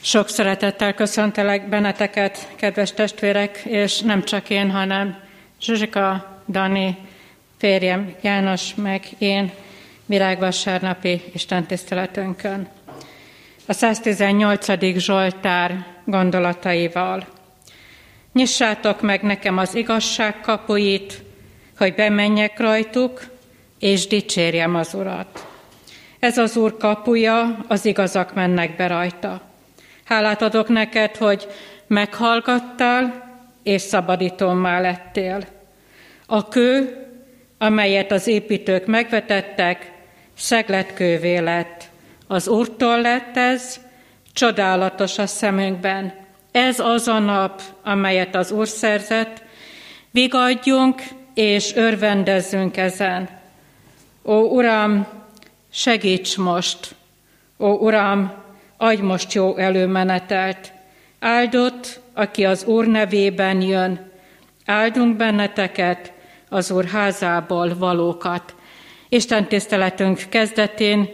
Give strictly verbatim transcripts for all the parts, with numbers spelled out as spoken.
Sok szeretettel köszöntelek benneteket, kedves testvérek, és nem csak én, hanem Zsuzsika, Dani, férjem János, meg én virágvasárnapi istentiszteletünkön. A száztizennyolcadik Zsoltár gondolataival. Nyissátok meg nekem az igazság kapuit, hogy bemenjek rajtuk, és dicsérjem az Urat. Ez az Úr kapuja, az igazak mennek be rajta. Hálát adok neked, hogy meghallgattál, és szabadítómmá lettél. A kő, amelyet az építők megvetettek, szegletkővé lett. Az Úrtól lett ez, csodálatos a szemünkben. Ez az a nap, amelyet az Úr szerzett. Vigadjunk és örvendezzünk ezen. Ó, Uram, segíts most! Ó, Uram, adj most jó előmenetelt! Áldott, aki az Úr nevében jön. Áldunk benneteket, az Úr házából valókat. Isten tiszteletünk kezdetén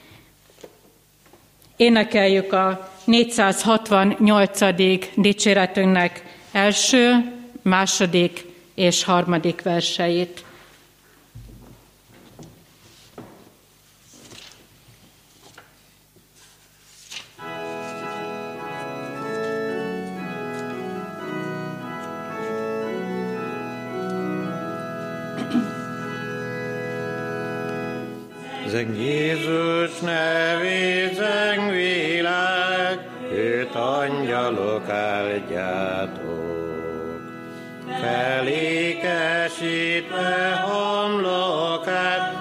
énekeljük a négyszázhatvannyolcadik dicséretünknek első, második és harmadik verseit. Zeng Jézus nevét, zeng világ, őt angyalok áldjátok. Felékesítve homlokát,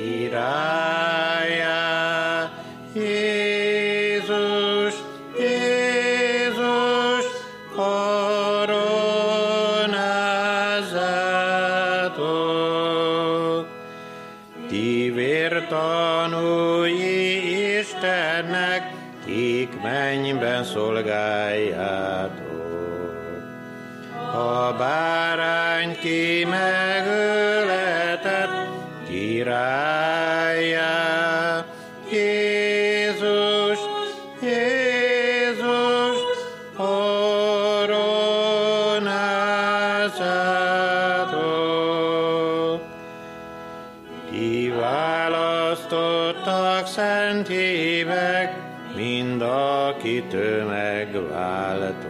királyá, Jézus, Jézus, koronázzátok. Ti vértanúi Istennek, kik mennyben szolgáljátok. A bárány ki megöletett, királyá, Jézus, Jézus, koronázzátok. Ti választottak szent hívek, mind akit ő megváltott.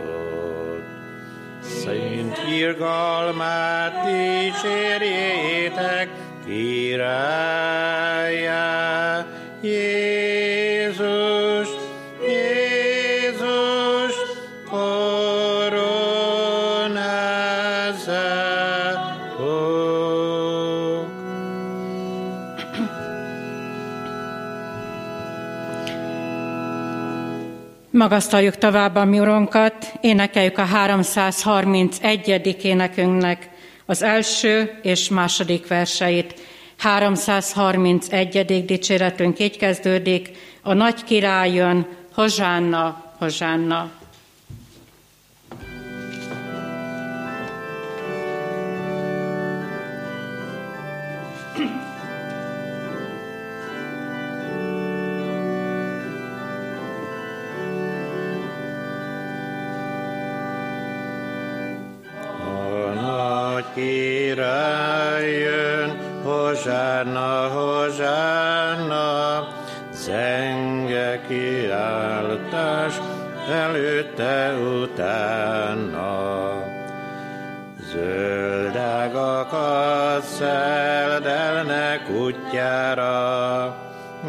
Szent irgalmát dicsérjétek, királyá, Jézus, Jézus, koronázzátok. Magasztaljuk tovább a mi Urunkat, énekeljük a háromszázharmincegyedik énekünknek az első és második verseit. háromszázharmincegyedik dicséretünk így kezdődik: a nagy király jön, hozsánna, hozsánna. Király jön, hozsánna, hozsánna, zenge kiáltás előtte, utána. Zöld ágakat szeldelnek útjára,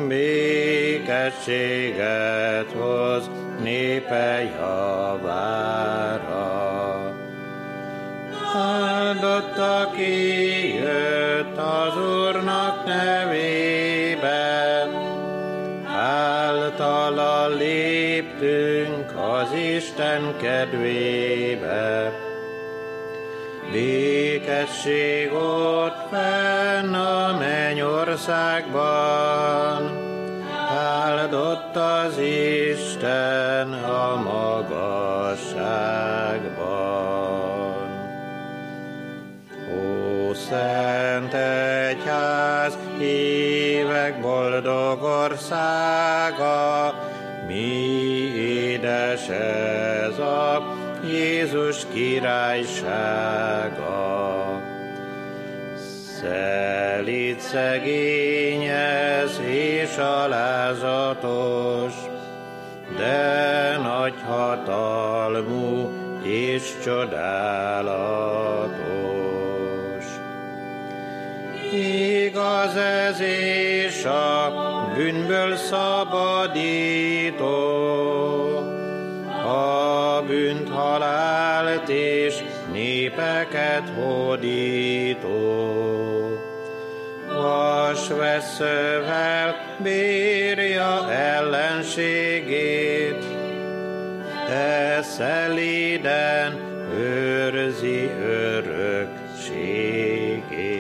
békességet hoz népe javára. Áldott, aki jött az Úrnak nevében, általa léptünk az Isten kedvébe. Békesség ott fenn a mennyországban, áldott az Isten a magasságban. Ó, szent egyház, hívek boldog országa, mi édes ez a Jézus királysága. Szelíd szegény ez és alázatos, de nagy hatalmú és csodálatos. Igaz ez és a bűnből szabadító, a bűnt, halált és népeket hódító. Vasvesszővel bírja ellenségét, de szelíden őrzi örökségét.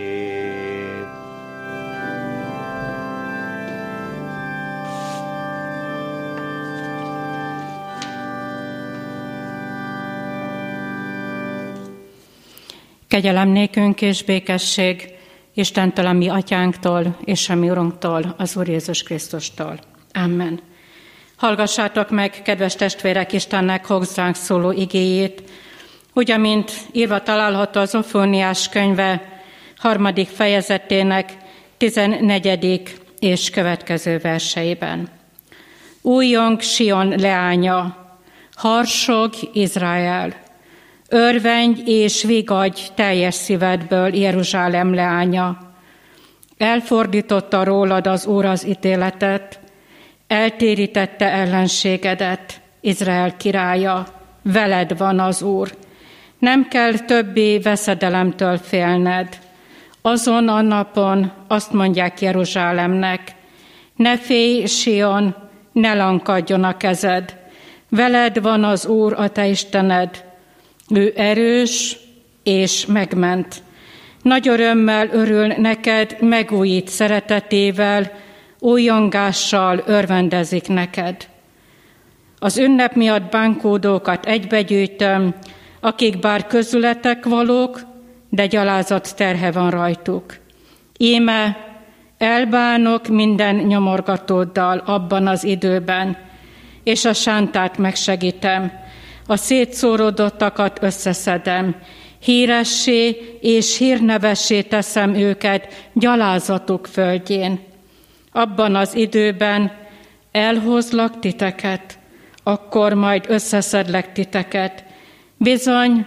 Kegyelem nékünk és békesség Istentől, a mi atyánktól, és a mi Urunktól, az Úr Jézus Krisztustól. Amen. Hallgassátok meg, kedves testvérek, Istennek hozzánk szóló igéjét, úgy, amint írva található az Zofóniás könyve harmadik fejezetének tizennegyedik és következő verseiben. Újjong Sion leánya, harsog Izrael, örvendj és vigadj teljes szívedből, Jeruzsálem leánya. Elfordította rólad az Úr az ítéletet, eltérítette ellenségedet, Izrael királya, veled van az Úr. Nem kell többé veszedelemtől félned. Azon a napon azt mondják Jeruzsálemnek, ne félj, Sion, ne lankadjon a kezed. Veled van az Úr, a te Istened. Ő erős és megment. Nagy örömmel örül neked, megújít szeretetével, újjongással örvendezik neked. Az ünnep miatt bánkódókat egybegyűjtöm, akik bár közületek valók, de gyalázat terhe van rajtuk. Íme elbánok minden nyomorgatóddal abban az időben, és a sántát megsegítem, a szétszóródottakat összeszedem, híressé és hírnevessé teszem őket gyalázatuk földjén. Abban az időben elhozlak titeket, akkor majd összeszedlek titeket. Bizony,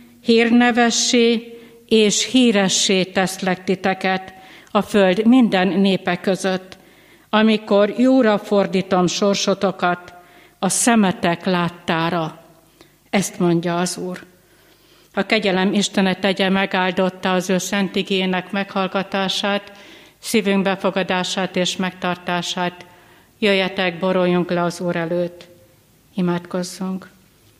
hírnevessé és híressé teszlek titeket a föld minden népe között, amikor jóra fordítom sorsotokat a szemetek láttára. Ezt mondja az Úr. A kegyelem Istene tegye megáldotta az ő szent igének meghallgatását, szívünk befogadását és megtartását. Jöjjetek, boruljunk le az Úr előtt. Imádkozzunk.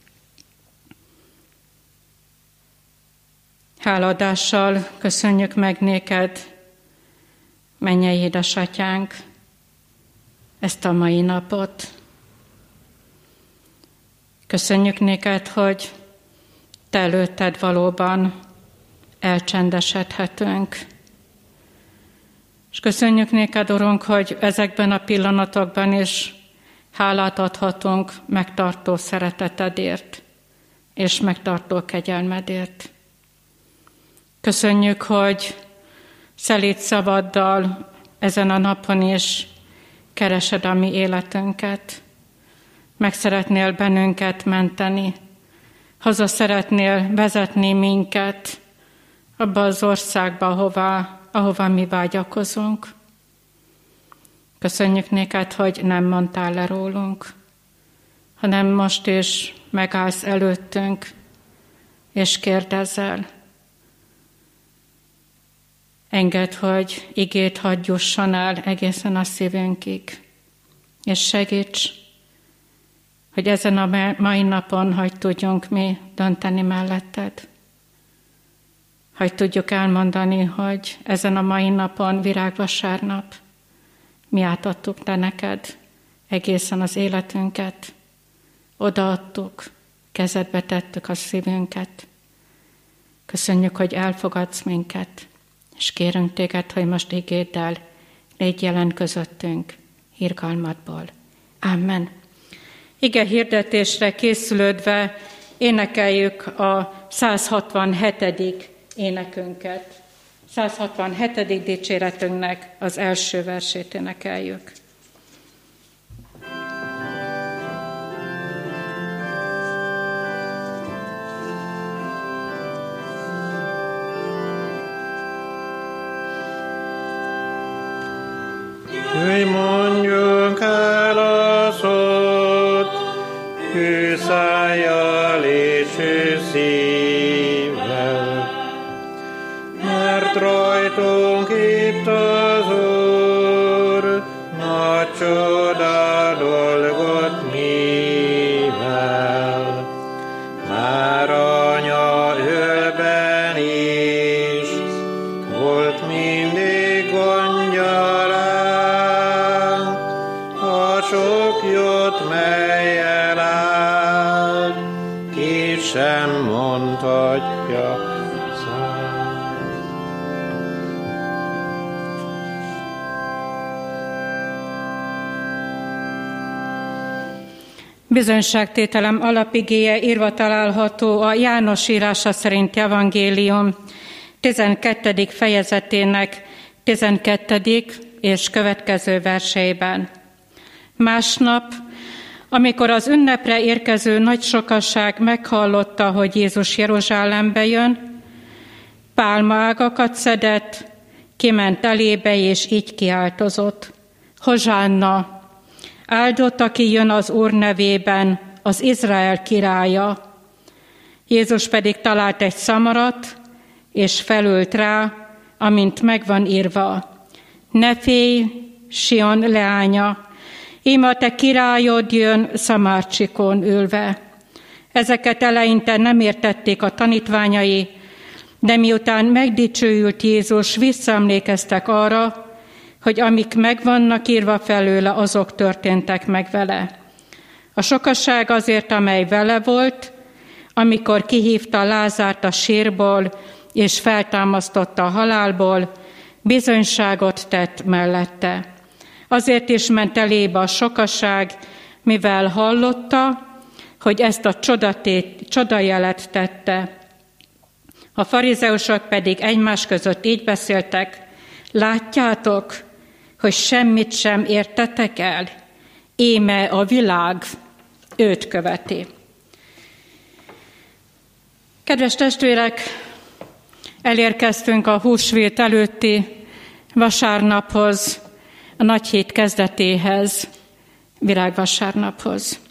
Háladással köszönjük meg néked, mennyei édesatyánk, ezt a mai napot. Köszönjük néked, hogy te előtted valóban elcsendesedhetünk. És köszönjük néked, Urunk, hogy ezekben a pillanatokban is hálát adhatunk megtartó szeretetedért és megtartó kegyelmedért. Köszönjük, hogy szelíd szavaddal ezen a napon is keresed a mi életünket. Meg szeretnél bennünket menteni, haza szeretnél vezetni minket abba az országba, ahová, ahova mi vágyakozunk. Köszönjük néked, hogy nem mondtál le rólunk, hanem most is megállsz előttünk, és kérdezel. Engedd, hogy igét hadd jusson el egészen a szívünkig, és segíts, hogy ezen a mai napon hagy tudjunk mi dönteni melletted. Hagy tudjuk elmondani, hogy ezen a mai napon, virágvasárnap, mi átadtuk te neked egészen az életünket. Odaadtuk, kezedbe tettük a szívünket. Köszönjük, hogy elfogadsz minket, és kérünk téged, hogy most igéddel légy jelen közöttünk irgalmadból. Amen. Ige hirdetésre készülődve énekeljük a száz hatvanhetedik énekünket. száz hatvanhetedik dicséretünknek az első versét énekeljük. Jöjj, mondjunk el a szót, hű szájjal és hű szívvel, mert rajtunk itt az Úr, nagy csoda dolgot mivel. Már anya ölben is volt mindig gondja ránk, a sok jót mellyel áll, ki sem mondhatja szám. Bizonyságtételem alapigéje írva található a János írása szerinti evangélium tizenkettedik fejezetének tizenkettedik és következő verseiben. Másnap, amikor az ünnepre érkező nagy sokaság meghallotta, hogy Jézus Jeruzsálembe jön, pálmaágakat szedett, kiment elébe, és így kiáltozott: Hozsánna! Áldott, aki jön az Úr nevében, az Izrael királya. Jézus pedig talált egy szamarat, és felült rá, amint megvan írva: Ne félj, Sion leánya, íme a te királyod jön szamárcsikón ülve. Ezeket eleinte nem értették a tanítványai, de miután megdicsőült Jézus, visszaemlékeztek arra, hogy amik megvannak írva felőle, azok történtek meg vele. A sokaság azért, amely vele volt, amikor kihívta Lázárt a sírból, és feltámasztotta a halálból, bizonyságot tett mellette. Azért is ment elébe a sokaság, mivel hallotta, hogy ezt a csodatét, csodajelet tette. A farizeusok pedig egymás között így beszéltek: Látjátok, hogy semmit sem értetek el? Íme a világ őt követi. Kedves testvérek, elérkeztünk a húsvét előtti vasárnaphoz, a nagy hét kezdetéhez, virágvasárnaphoz.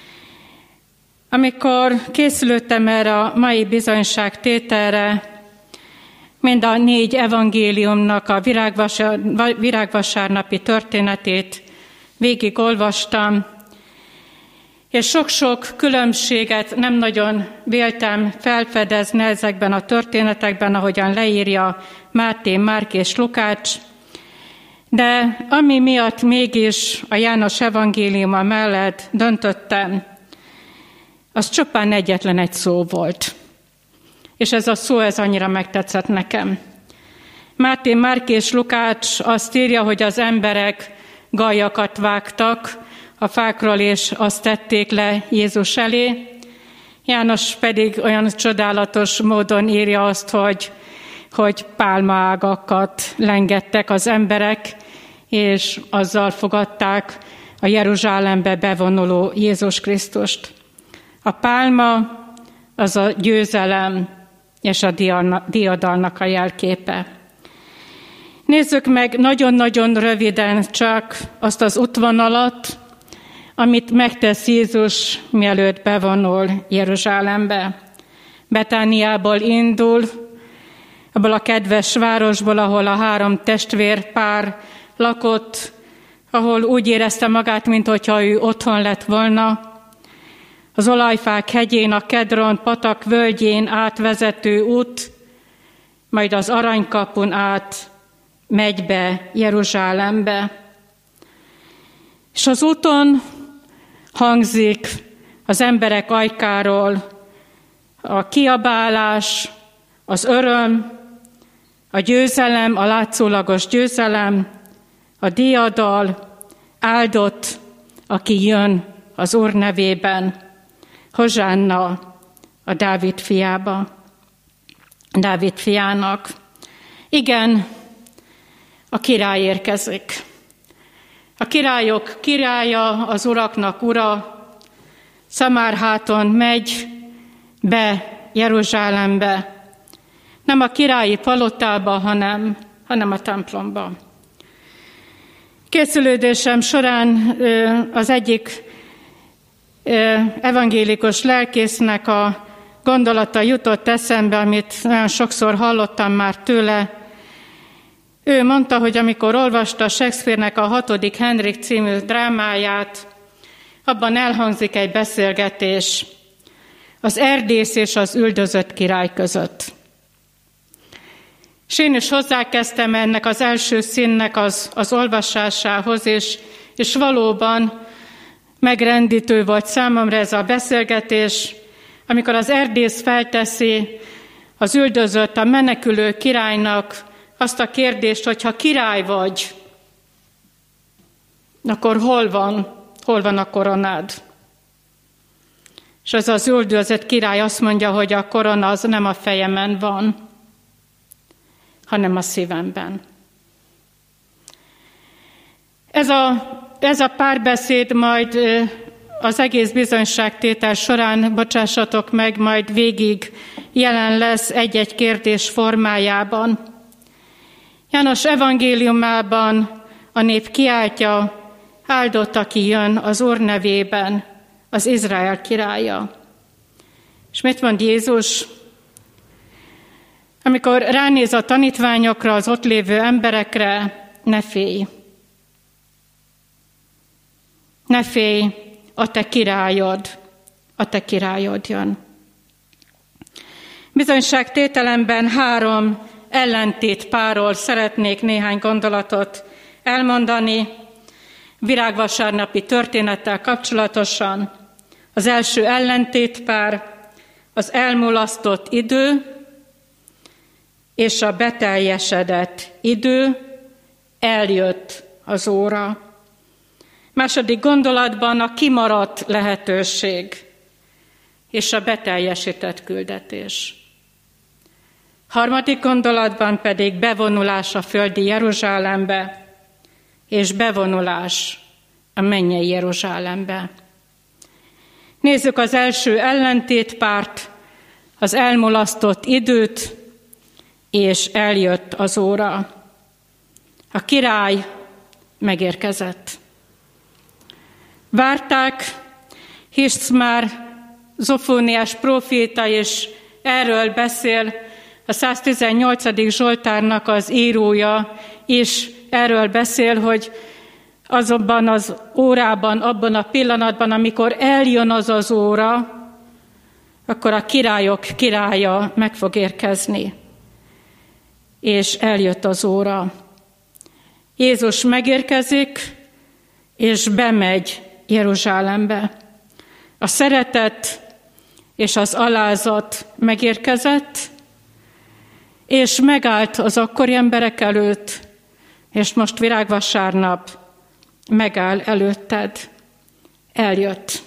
Amikor készülöttem erre a mai bizonyságtételre, mind a négy evangéliumnak a virágvasár, virágvasárnapi történetét végig olvastam, és sok-sok különbséget nem nagyon véltem felfedezni ezekben a történetekben, ahogyan leírja Máté, Márk és Lukács, de ami miatt mégis a János evangéliuma mellett döntöttem, az csupán egyetlen egy szó volt. És ez a szó, ez annyira megtetszett nekem. Máté, Márk és Lukács azt írja, hogy az emberek gajakat vágtak a fákról, és azt tették le Jézus elé. János pedig olyan csodálatos módon írja azt, hogy, hogy pálmaágakat lengettek az emberek, és azzal fogadták a Jeruzsálembe bevonuló Jézus Krisztust. A pálma az a győzelem és a diadalnak a jelképe. Nézzük meg nagyon-nagyon röviden csak azt az útvonalat, amit megtesz Jézus, mielőtt bevonul Jeruzsálembe. Betániából indul, abból a kedves városból, ahol a három testvérpár lakott, ahol úgy érezte magát, minthogyha ő otthon lett volna. Az olajfák hegyén, a Kedron patak völgyén átvezető út, majd az aranykapun át megy be Jeruzsálembe. És az úton hangzik az emberek ajkáról a kiabálás, az öröm, a győzelem, a látszólagos győzelem, a diadal, áldott, aki jön az Úr nevében, hozsánna a Dávid fiába, Dávid fiának. Igen, a király érkezik. A királyok királya, az uraknak ura, Szamárháton megy be Jeruzsálembe. Nem a királyi palotába, hanem, hanem a templomba. Készülődésem során az egyik evangélikus lelkésznek a gondolata jutott eszembe, amit nagyon sokszor hallottam már tőle. Ő mondta, hogy amikor olvasta Shakespeare-nek a hatodik Henrik című drámáját, abban elhangzik egy beszélgetés az erdész és az üldözött király között. És én is hozzákezdtem ennek az első színnek az, az olvasásához, és, és valóban megrendítő volt számomra ez a beszélgetés, amikor az erdész felteszi az üldözött, a menekülő királynak azt a kérdést, hogy ha király vagy, akkor hol van, hol van a koronád? És az az üldözött király azt mondja, hogy a korona az nem a fejemen van, hanem a szívemben. Ez a, ez a párbeszéd majd az egész bizonyságtétel során, bocsássatok meg, majd végig jelen lesz egy-egy kérdés formájában. János evangéliumában a nép kiáltja, áldott, aki jön az Úr nevében, az Izrael királya. És mit mond Jézus? Amikor ránéz a tanítványokra, az ott lévő emberekre, ne félj. Ne félj, a te királyod, a te királyod jön. Bizonyságtételemben három ellentétpárról szeretnék néhány gondolatot elmondani, virágvasárnapi történettel kapcsolatosan. Az első ellentétpár az elmulasztott idő és a beteljesedett idő, eljött az óra. Második gondolatban a kimaradt lehetőség és a beteljesített küldetés. Harmadik gondolatban pedig bevonulás a földi Jeruzsálembe, és bevonulás a mennyei Jeruzsálembe. Nézzük az első ellentétpárt, az elmulasztott időt, és eljött az óra. A király megérkezett. Várták, hisz már Zofóniás próféta is erről beszél, a száztizennyolcadik Zsoltárnak az írója is erről beszél, hogy azonban az órában, abban a pillanatban, amikor eljön az az óra, akkor a királyok királya meg fog érkezni. És eljött az óra. Jézus megérkezik, és bemegy Jeruzsálembe. A szeretet és az alázat megérkezett, és megállt az akkori emberek előtt, és most virágvasárnap megáll előtted. Eljött.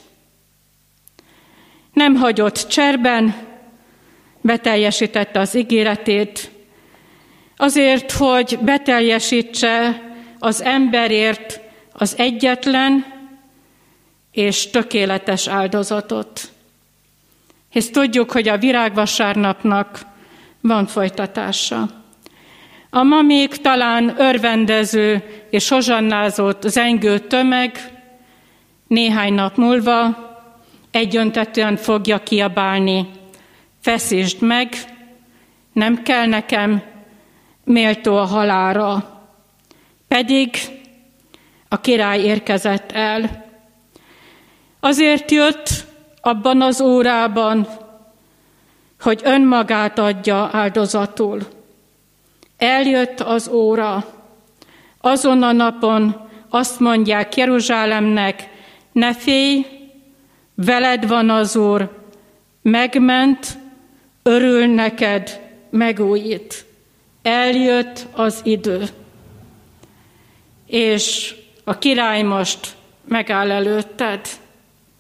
Nem hagyott cserben, beteljesítette az ígéretét, azért, hogy beteljesítse az emberért az egyetlen és tökéletes áldozatot. Hisz tudjuk, hogy a virágvasárnapnak van folytatása. A ma még talán örvendező és hozsannázott zengő tömeg néhány nap múlva egyöntetően fogja kiabálni: feszítsd meg, nem kell nekem méltó a halálra. Pedig a király érkezett el. Azért jött abban az órában, hogy önmagát adja áldozatul. Eljött az óra. Azon a napon azt mondják Jeruzsálemnek: ne félj, veled van az Úr, megment, örül neked, megújít. Eljött az idő. És a király most megáll előtted.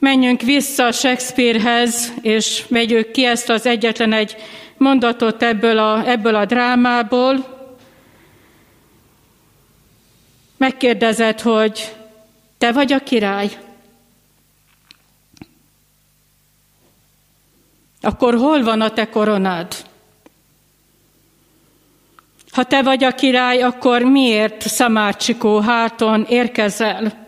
menjünk vissza Shakespearehez, és vegyük ki ezt az egyetlen egy mondatot ebből a, ebből a drámából. Megkérdezed, hogy te vagy a király? Akkor hol van a te koronád? Ha te vagy a király, akkor miért szamárcsikó háton érkezel?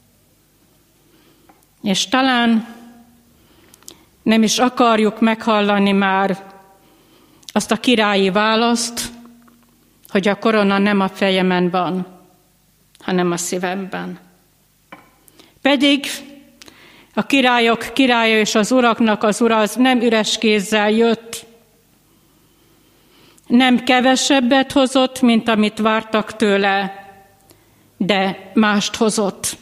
És talán nem is akarjuk meghallani már azt a királyi választ, hogy a korona nem a fejemen van, hanem a szívemben. Pedig a királyok királya és az uraknak az ura az nem üres kézzel jött, nem kevesebbet hozott, mint amit vártak tőle, de mást hozott.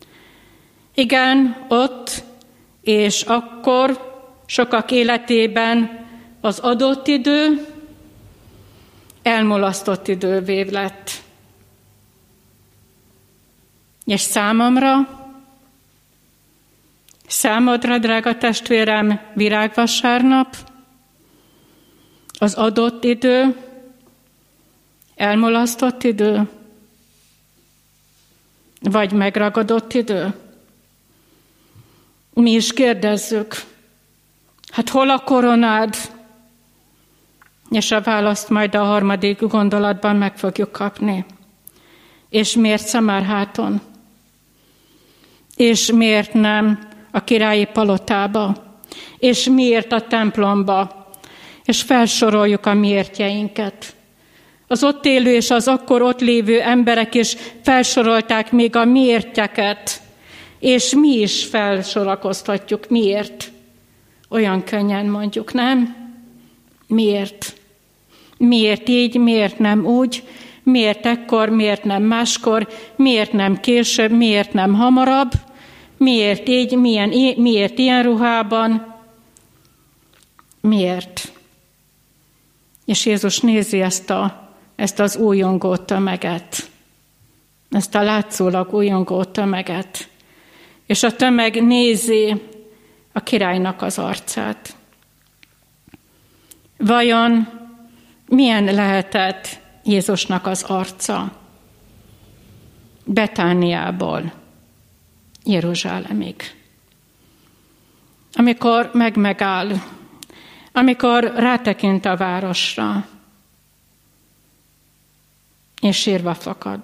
Igen, ott és akkor sokak életében az adott idő elmulasztott idővé lett. És számomra, számodra, drága testvérem, virágvasárnap, az adott idő, elmulasztott idő, vagy megragadott idő? Mi is kérdezzük, hát hol a koronád? És a választ majd a harmadik gondolatban meg fogjuk kapni. És miért Szamárháton? És miért nem a királyi palotába? És miért a templomba? És felsoroljuk a miértjeinket. Az ott élő és az akkor ott lévő emberek is felsorolták még a miértjeket, és mi is felsorakoztatjuk. Miért? Olyan könnyen mondjuk, nem? Miért? Miért így, miért nem úgy? Miért ekkor, miért nem máskor? Miért nem később, miért nem hamarabb? Miért így, milyen, miért ilyen ruhában? Miért? És Jézus nézi ezt, a, ezt az újongó tömeget, ezt a látszólag újongó tömeget, és a tömeg nézi a királynak az arcát. Vajon milyen lehetett Jézusnak az arca? Betániából Jeruzsálemig. Amikor megmegáll, amikor rátekint a városra, és sírva fakad.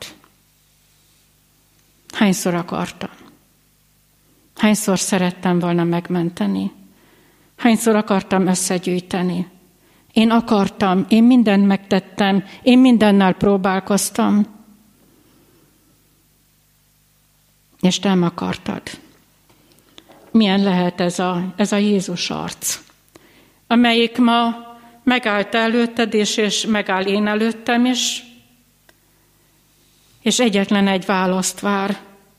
Hányszor akartam? Hányszor szerettem volna megmenteni? Hányszor akartam összegyűjteni? Én akartam, én mindent megtettem, én mindennel próbálkoztam. És te nem akartad. Milyen lehet ez a, ez a Jézus arc, amelyik ma megállt előtted is, és megáll én előttem is, és egyetlen egy választ vár.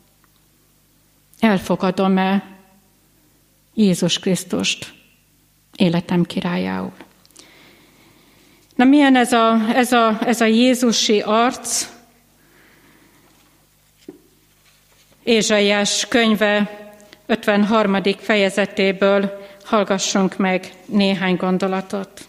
Elfogadom-e Jézus Krisztust életem királyául? Na milyen ez a, ez a, ez a Jézusi arc? Ézsaiás könyve ötvenharmadik fejezetéből hallgassunk meg néhány gondolatot.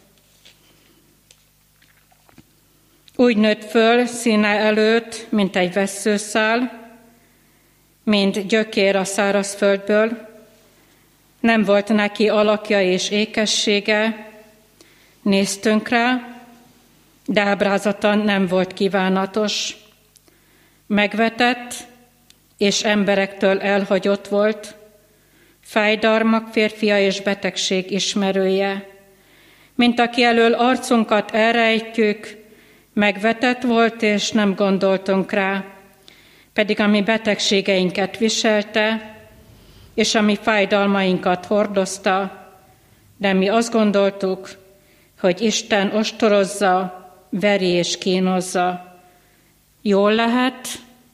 Úgy nőtt föl színe előtt, mint egy vesszőszál, mint gyökér a szárazföldből. Nem volt neki alakja és ékessége, néztünk rá, de ábrázata nem volt kívánatos. Megvetett és emberektől elhagyott volt, fájdalmak férfia és betegség ismerője. Mint aki elől arcunkat elrejtjük, megvetett volt és nem gondoltunk rá, pedig a mi betegségeinket viselte, és a mi fájdalmainkat hordozta, de mi azt gondoltuk, hogy Isten ostorozza, veri és kínozza. Jól lehet,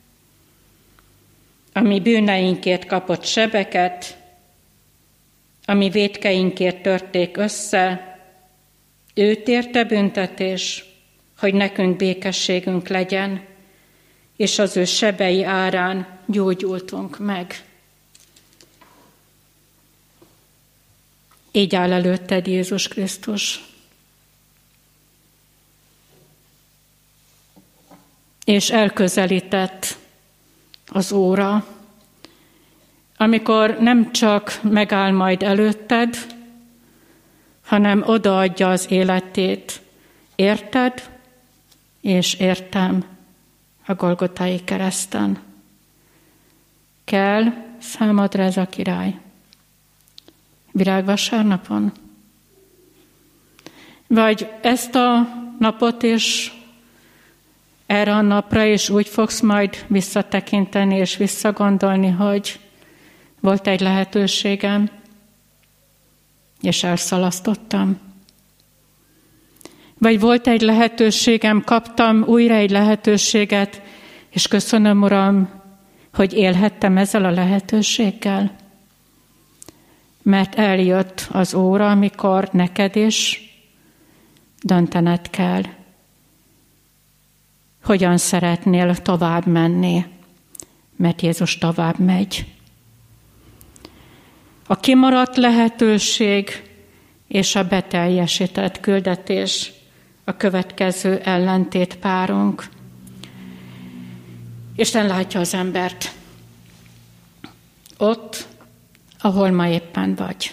a mi bűneinkért kapott sebeket, a mi vétkeinkért törték össze, őt érte büntetés, hogy nekünk békességünk legyen, és az ő sebei árán gyógyultunk meg. Így áll előtted Jézus Krisztus. És elközelített az óra, amikor nem csak megáll majd előtted, hanem odaadja az életét érted és értem a Golgotai kereszten. Kell számodra ez a király? Virágvasárnapon? Vagy ezt a napot is erre a napra is úgy fogsz majd visszatekinteni és visszagondolni, hogy volt egy lehetőségem, és elszalasztottam. Vagy volt egy lehetőségem, kaptam újra egy lehetőséget, és köszönöm, Uram, hogy élhettem ezzel a lehetőséggel. Mert eljött az óra, amikor neked is döntened kell, hogyan szeretnél tovább menni, mert Jézus tovább megy. A kimaradt lehetőség és a beteljesített küldetés a következő ellentétpárunk. Isten látja az embert ott, ahol ma éppen vagy.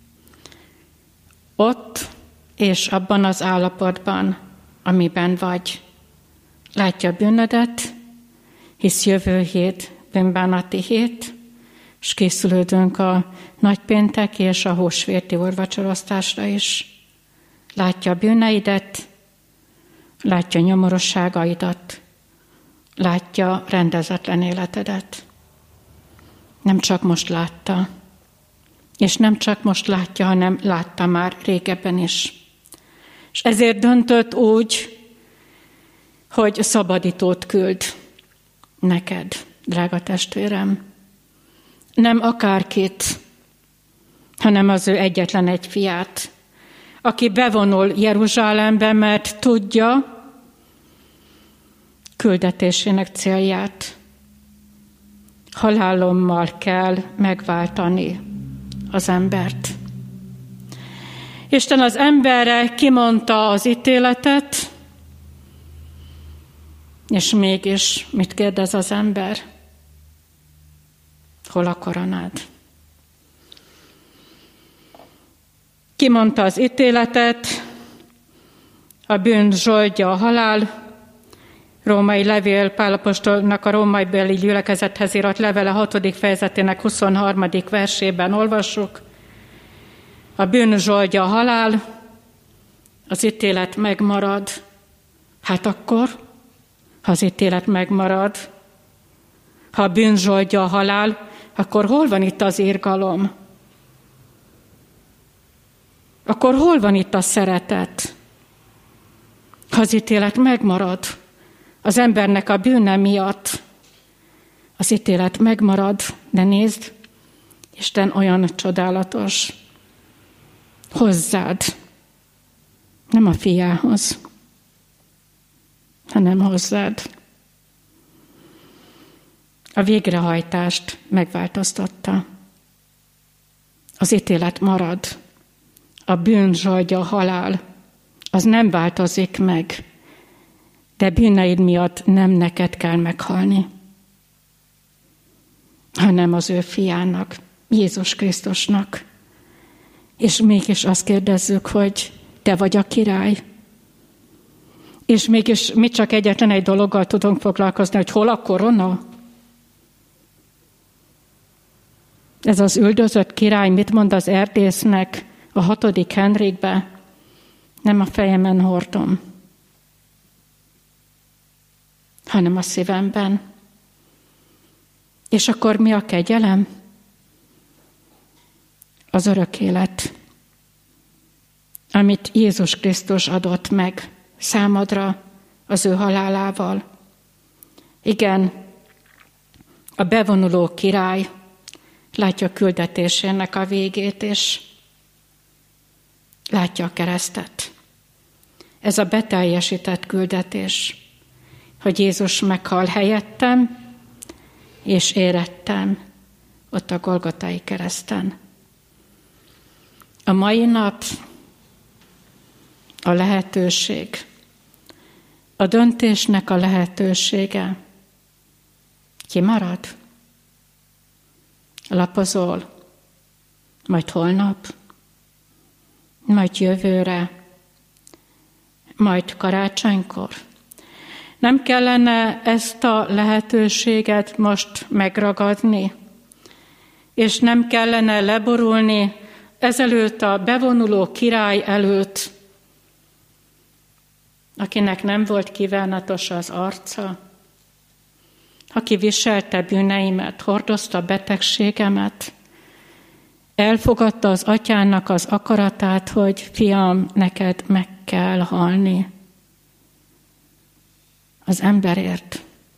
Ott és abban az állapotban, amiben vagy. Látja a bűnödet, hisz jövő hét bűnbánati hét, és készülődünk a nagypéntek és a húsvéti úrvacsoroztásra is. Látja a bűneidet, látja nyomorosságaidat, látja rendezetlen életedet. Nem csak most látta, és nem csak most látja, hanem látta már régebben is. És ezért döntött úgy, hogy szabadítót küld neked, drága testvérem. Nem akárkit, hanem az ő egyetlen egy fiát, aki bevonul Jeruzsálembe, mert tudja küldetésének célját. Halálommal kell megváltani az embert. Isten az emberre kimondta az ítéletet, és mégis mit kérdez az ember? Hol a koronád? Kimondta az ítéletet, a bűn zsoldja a halál, római levél, Pál apostolnak a római beli gyülekezethez írott levele hatodik fejezetének huszonharmadik versében olvassuk. A bűn zsoldja a halál, az ítélet megmarad. Hát akkor, ha az ítélet megmarad, ha a bűn zsoldja a halál, akkor hol van itt az irgalom? Akkor hol van itt a szeretet? Ha az ítélet megmarad, az embernek a bűne miatt, az ítélet megmarad, de nézd, Isten olyan csodálatos hozzád, nem a fiához, hanem hozzád. A végrehajtást megváltoztatta. Az ítélet marad. A bűn zsoldja, a halál, az nem változik meg, de bűneid miatt nem neked kell meghalni, hanem az ő fiának, Jézus Krisztusnak. És mégis azt kérdezzük, hogy te vagy a király. És mégis mi csak egyetlen egy dologgal tudunk foglalkozni, hogy hol a korona? Ez az üldözött király mit mond az erdésznek a hatodik Henrikbe? Nem a fejemen hordom, hanem a szívemben. És akkor mi a kegyelem? Az örök élet, amit Jézus Krisztus adott meg számodra az ő halálával. Igen, a bevonuló király látja a küldetésének a végét, és látja a keresztet. Ez a beteljesített küldetés, hogy Jézus meghal helyettem, és érettem ott a Golgotai kereszten. A mai nap a lehetőség, a döntésnek a lehetősége. Kimarad? Lapozol? Majd holnap? Majd jövőre? Majd karácsonykor? Nem kellene ezt a lehetőséget most megragadni? És nem kellene leborulni ezelőtt a bevonuló király előtt, akinek nem volt kívánatos az arca, aki viselte bűneimet, hordozta betegségemet, elfogadta az atyának az akaratát, hogy fiam, neked meg kell halni az emberért,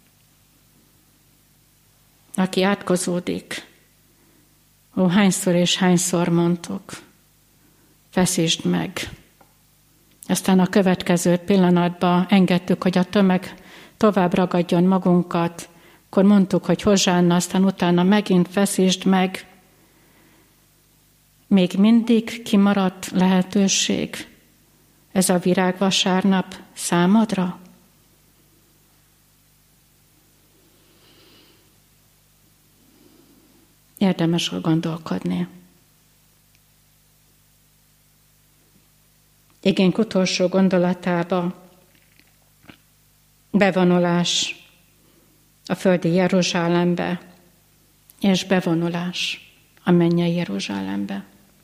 aki átkozódik. Ó, hányszor és hányszor mondtuk, feszítsd meg. Aztán a következő pillanatban engedtük, hogy a tömeg tovább ragadjon magunkat, akkor mondtuk, hogy hozsánna, aztán utána megint feszítsd meg. Még mindig kimaradt lehetőség ez a virágvasárnap számodra? Érdemes gondolkodni. Igénk utolsó gondolatába bevonulás a földi Jeruzsálembe, és bevonulás a mennyei Jeruzsálembe.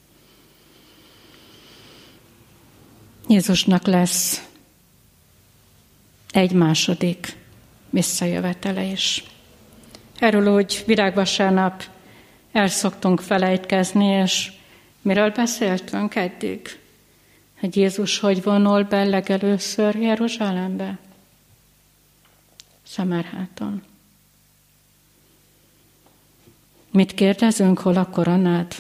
Jézusnak lesz egy második visszajövetele is. Erről úgy virágvasárnap el szoktunk felejtkezni, és miről beszéltünk eddig? Hogy Jézus hogy vonul be legelőször Jeruzsálembe? Szemerháton. Mit kérdezünk, hol a koronád?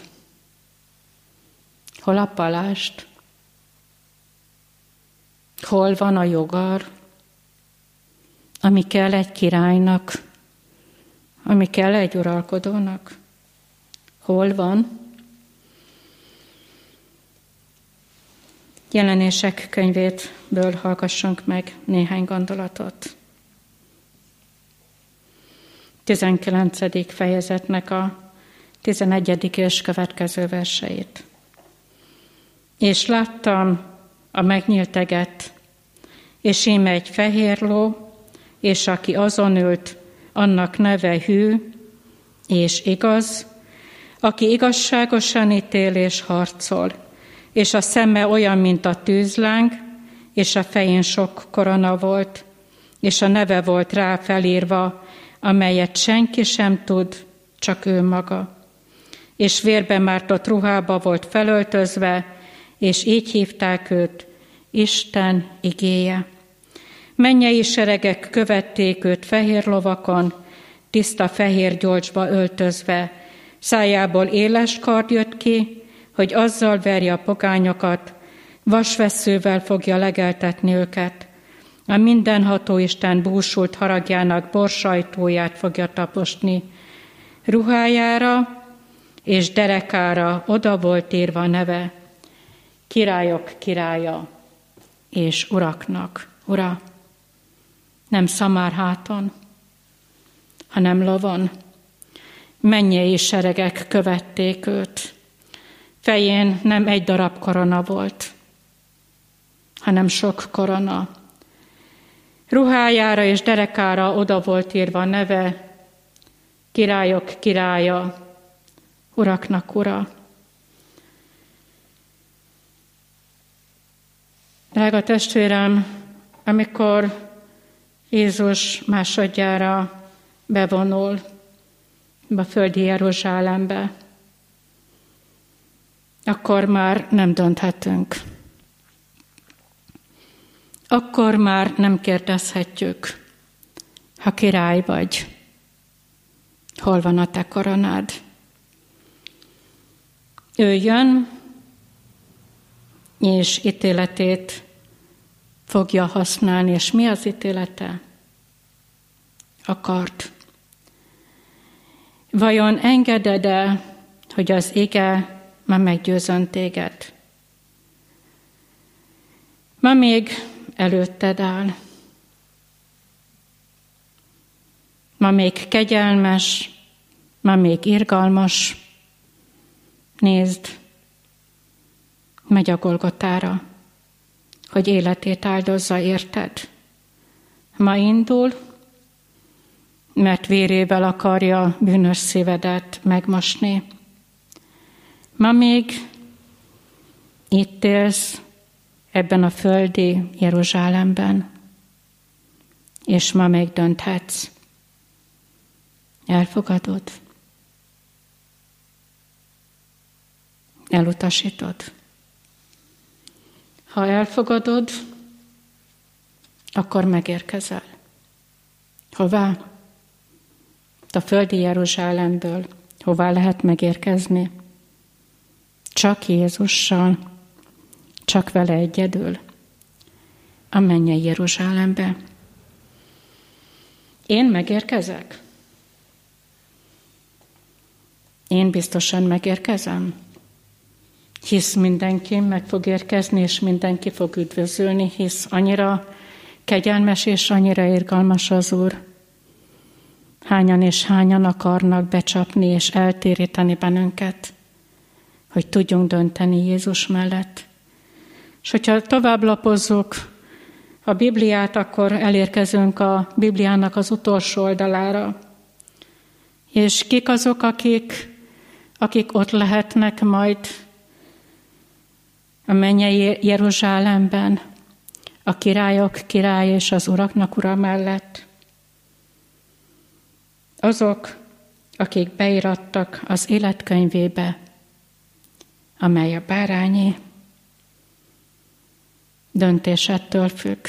Hol a palást? Hol van a jogar, ami kell egy királynak, ami kell egy uralkodónak? Hol van? Jelenések könyvétből hallgassunk meg néhány gondolatot. tizenkilencedik fejezetnek a tizenegyedik és következő verseit. És láttam a megnyílt eget, és íme egy fehér ló, és aki azon ült, annak neve hű és igaz, aki igazságosan ítél és harcol, és a szeme olyan, mint a tűzláng, és a fején sok korona volt, és a neve volt rá felírva, amelyet senki sem tud, csak ő maga. És vérbe mártott ruhába volt felöltözve, és így hívták őt, Isten igéje. Mennyei seregek követték őt fehér lovakon, tiszta fehér gyolcsba öltözve, szájából éles kard jött ki, hogy azzal verje a pogányokat, vasvesszővel fogja legeltetni őket. A mindenható Isten búsult haragjának borsajtóját fogja taposni. Ruhájára és derekára oda volt írva a neve, királyok királya és uraknak ura. Nem szamárháton, hanem lovon. Mennyei seregek követték őt. Fején nem egy darab korona volt, hanem sok korona. Ruhájára és derekára oda volt írva a neve, királyok királya, uraknak ura. Drága testvérem, amikor Jézus másodjára bevonul a földi Jeruzsálembe, akkor már nem dönthetünk. Akkor már nem kérdezhetjük, ha király vagy, hol van a te koronád? Ő jön, és ítéletét fogja használni. És mi az ítélete? A kard. Vajon engeded-e, hogy az ige ma meggyőzön téged. Ma még előtted áll. Ma még kegyelmes, ma még irgalmas. Nézd, megy a Golgotára, hogy életét áldozza érted. Ma indul, mert vérével akarja bűnös szívedet megmosni. Ma még itt élsz, ebben a földi Jeruzsálemben, és ma még dönthetsz. Elfogadod? Elutasítod? Ha elfogadod, akkor megérkezel. Hová? A földi Jeruzsálemből. Hová lehet megérkezni? Csak Jézussal, csak vele egyedül. A mennyei Jeruzsálembe. Én megérkezek? Én biztosan megérkezem? Hisz mindenki meg fog érkezni, és mindenki fog üdvözölni, hisz annyira kegyelmes és annyira irgalmas az Úr. Hányan és hányan akarnak becsapni és eltéríteni bennünket, hogy tudjunk dönteni Jézus mellett. És hogyha tovább lapozzuk a Bibliát, akkor elérkezünk a Bibliának az utolsó oldalára. És kik azok, akik, akik ott lehetnek majd a mennyei Jeruzsálemben, a királyok király és az uraknak ura mellett? Azok, akik beirattak az életkönyvébe, amely a bárányi, döntésettől függ,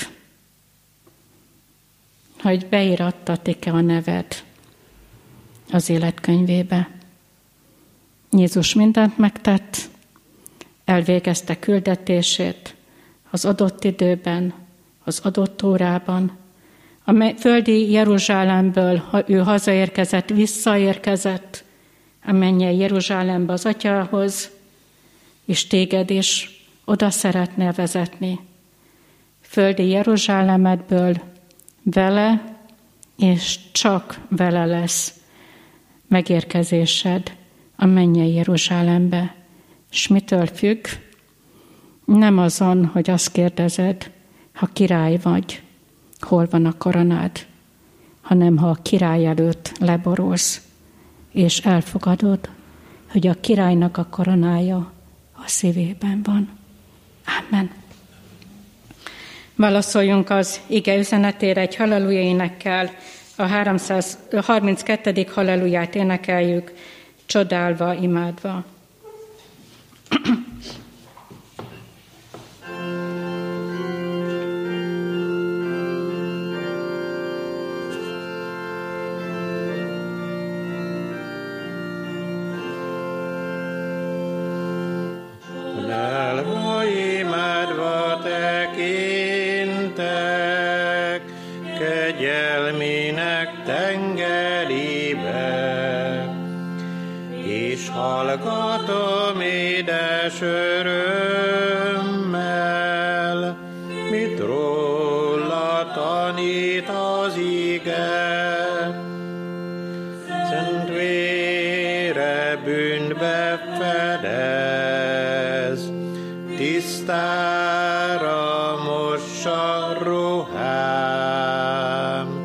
hogy beirattatik-e a neved az életkönyvébe. Jézus mindent megtett, elvégezte küldetését az adott időben, az adott órában. A földi Jeruzsálemből ha ő hazaérkezett, visszaérkezett a mennyei Jeruzsálembe az atyához, és téged is oda szeretne vezetni. Földi Jeruzsálemedből vele, és csak vele lesz megérkezésed a mennyei Jeruzsálembe. És mitől függ? Nem azon, hogy azt kérdezed, ha király vagy, hol van a koronád, hanem ha a király előtt leborulsz, és elfogadod, hogy a királynak a koronája a szívében van. Amen. Válaszoljunk az ige üzenetére egy halleluja énekkel, a háromszázharminckettedik halleluját énekeljük, csodálva, imádva. Csodálva, imádva tekintek kegyelmének tengerébe, és hallgatom édes örömmel, mit róla tanít az ige. Szent vére bűnt befedez, tisztára mossa ruhám,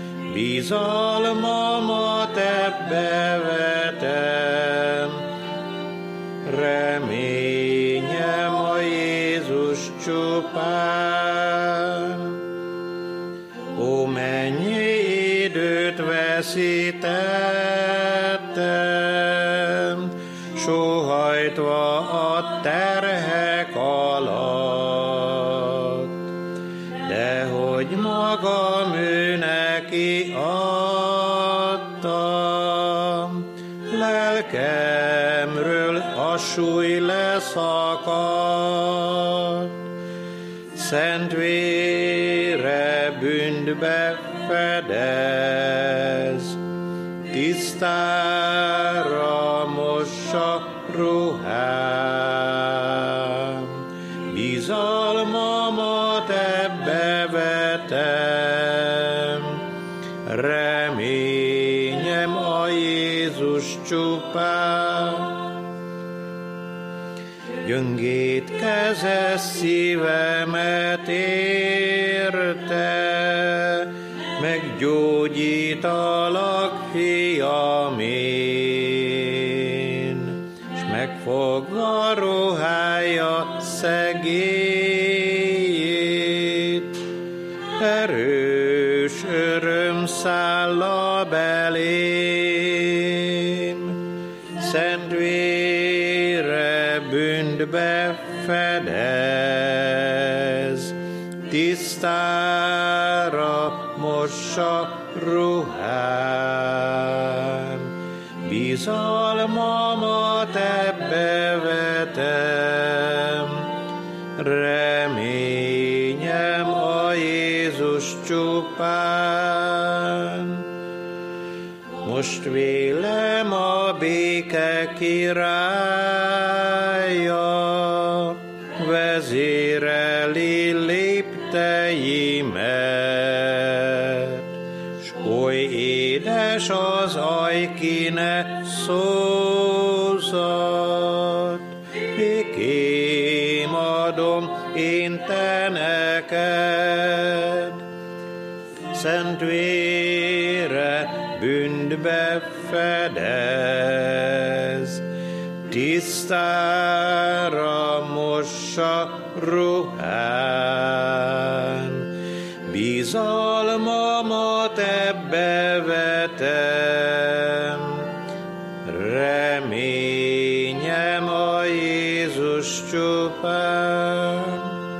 bizalmamat ebbe vetem, reményem a Jézus csupán. Ó, mennyi időt veszítettem, sóhajtva a terhek alatt, de hogy magam ő neki adtam, lelkemről a súly leszakadt. Szent vére bűnt befedez, tisztára mossa ruhám, Bizalmamat ebbe vetem, reményem a Jézus csupán. Gyöngét keze szívemet érte, meggyógyítalak, fiam én, s megfogva ruhája szegélyét, erős öröm száll a belém. Szent vére bűnt befedez, tisztára mossa ruhám. Bizalmamat ebbe vetem, reményem a Jézus csupán. Most vélem a béke királya, vezéreli lépteimet, s oly édes az ajkine szózat, békém adom én te neked. Szent vére bűnt befedez, tisztára mossa ruhám. Bizalmamat ebbe vetem, reményem a Jézus csupán.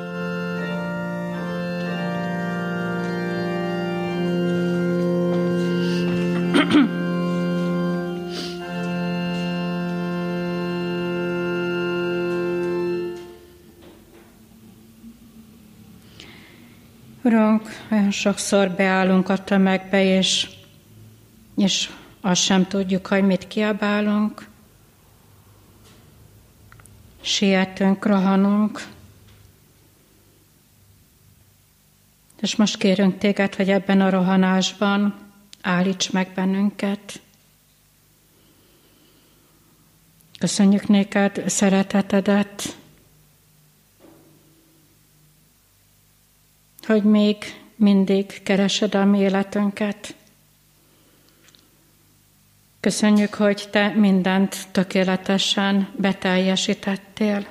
Urunk, olyan sokszor beállunk a tömegbe, és, és azt sem tudjuk, hogy mit kiabálunk. Sietünk, rohanunk. És most kérünk téged, hogy ebben a rohanásban állíts meg bennünket. Köszönjük néked szeretetedet, hogy még mindig keresed a mi életünket. Köszönjük, hogy te mindent tökéletesen beteljesítettél.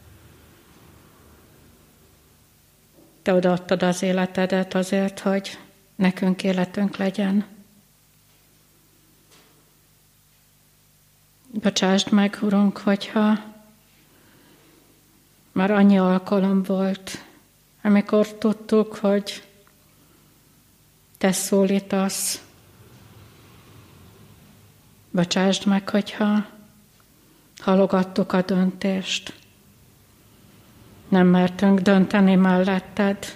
Te odaadtad az életedet azért, hogy nekünk életünk legyen. Bocsásd meg, Urunk, hogyha már annyi alkalom volt, amikor tudtuk, hogy te szólítasz. Bocsásd meg, hogyha halogattuk a döntést. Nem mertünk dönteni melletted,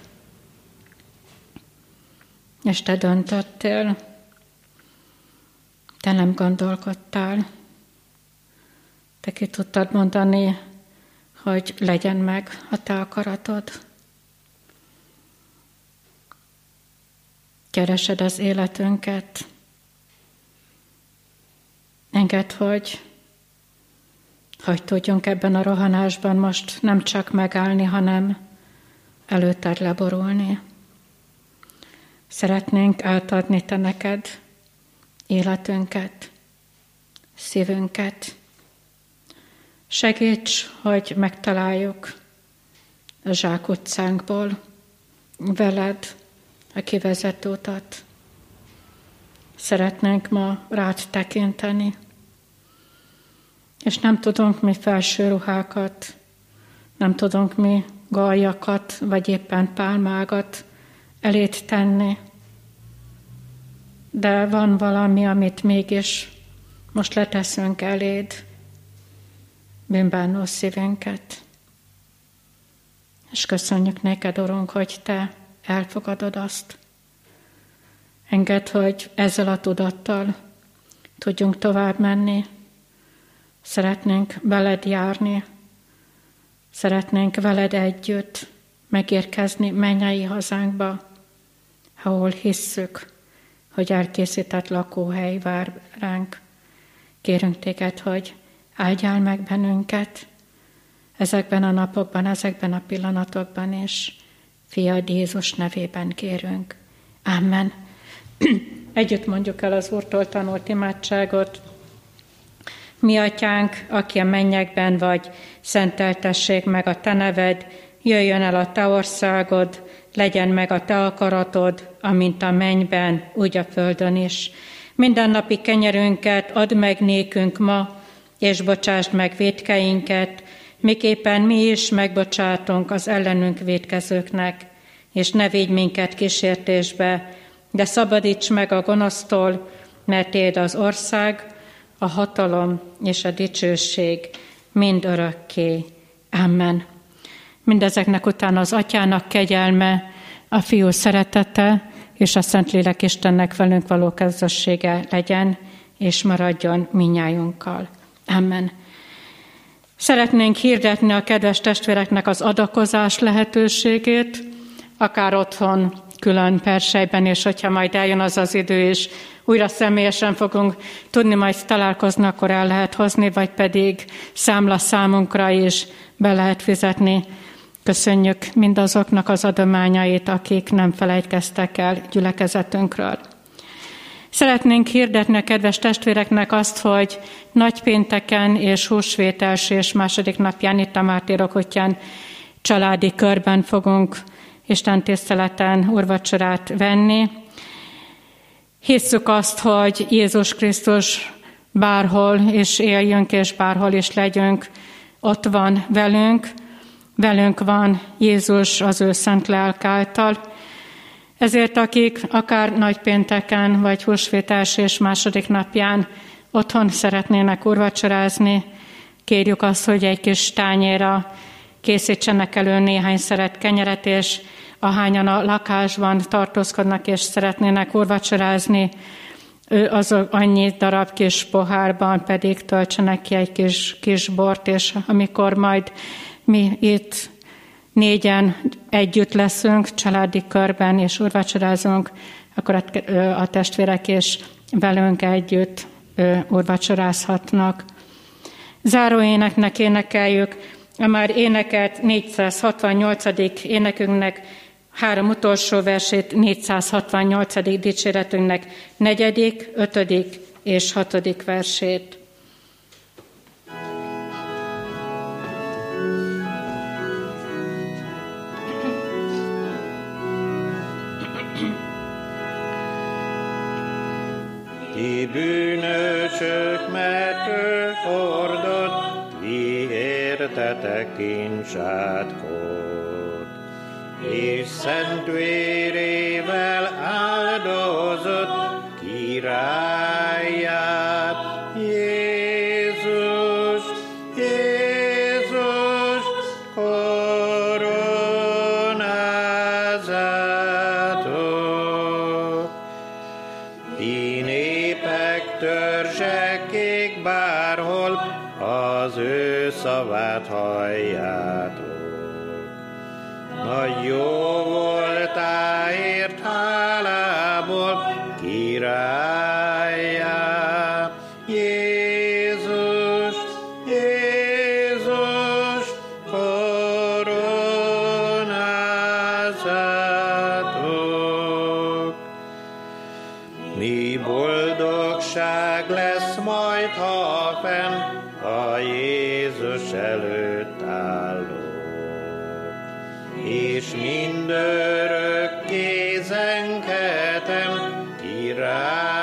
és te döntöttél. Te nem gondolkodtál. Te ki tudtad mondani, hogy legyen meg a te akaratod. Keresed az életünket. Engedd, hogy, hogy tudjunk ebben a rohanásban most nem csak megállni, hanem előtted leborulni. Szeretnénk átadni te neked életünket, szívünket. Segíts, hogy megtaláljuk a zsákutcánkból veled a kivezető utat. Szeretnénk ma rád tekinteni, és nem tudunk mi felső ruhákat, nem tudunk mi galjakat, vagy éppen pálmágat elét tenni, de van valami, amit mégis most leteszünk eléd, bűnbánó szívünket. És köszönjük neked, Urunk, hogy te elfogadod azt. Engedd, hogy ezzel a tudattal tudjunk tovább menni, Szeretnénk veled járni, szeretnénk veled együtt megérkezni mennyei hazánkba, ahol hisszük, hogy elkészített lakóhely vár ránk. Kérünk téged, hogy áldjál meg bennünket ezekben a napokban, ezekben a pillanatokban, és fiad Jézus nevében kérünk. Amen. Együtt mondjuk el az Úrtól tanult imádságot. Mi atyánk, aki a mennyekben vagy, szenteltessék meg a te neved, jöjjön el a te országod, legyen meg a te akaratod, amint a mennyben, úgy a földön is. Mindennapi kenyerünket add meg nékünk ma, és bocsásd meg vétkeinket, miképpen mi is megbocsátunk az ellenünk vétkezőknek, és ne védj minket kísértésbe, de szabadíts meg a gonosztól, mert tiéd az ország, a hatalom és a dicsőség mind örökké. Amen. Mindezeknek után az Atyának kegyelme, a Fiú szeretete és a Szentlélek Istennek velünk való közössége legyen, és maradjon minnyájunkkal. Amen. Szeretnénk hirdetni a kedves testvéreknek az adakozás lehetőségét, akár otthon, külön persejben, és hogyha majd eljön az az idő, és újra személyesen fogunk tudni majd találkozni, akkor el lehet hozni, vagy pedig számla számunkra is be lehet fizetni. Köszönjük mindazoknak az adományait, akik nem felejtkeztek el gyülekezetünkről. Szeretnénk hirdetni a kedves testvéreknek azt, hogy nagypénteken és húsvét első és második napján itt a Mártírok útján családi körben fogunk Isten tiszteleten úrvacsorát venni. Hisszük azt, hogy Jézus Krisztus bárhol is éljünk, és bárhol is legyünk, ott van velünk, velünk van Jézus az ő szent lelk által. Ezért akik akár nagypénteken, vagy húsvét első és második napján otthon szeretnének úrvacsorázni, kérjük azt, hogy egy kis tányérra készítsenek elő néhány szeret kenyeret, és ahányan a lakásban tartózkodnak és szeretnének úrvacsorázni, ő azok annyi darab kis pohárban pedig töltsenek ki egy kis, kis bort, és amikor majd mi itt négyen együtt leszünk családi körben és úrvacsorázunk, akkor a, a testvérek is velünk együtt úrvacsorázhatnak. Záró éneknek énekeljük a már énekelt négyszázhatvannyolcadik énekünknek három utolsó versét, négyszázhatvannyolcadik dicséretünknek negyedik, ötödik és hatodik versét. Ti bűnösök, mert ő hordott, ti értetek kincsátkolt, és szent vérével áldozott királyát, Jézus, Jézus, koronázátok. Ti népek, törzsekig bárhol az ő szavát halljátok. Nagy jó voltáért hálából királyá, Jézus, Jézus, koronázátok. Mi boldogság lesz majd, ha fenn a Jézus előtt állunk, és mindörökké zenghetem király.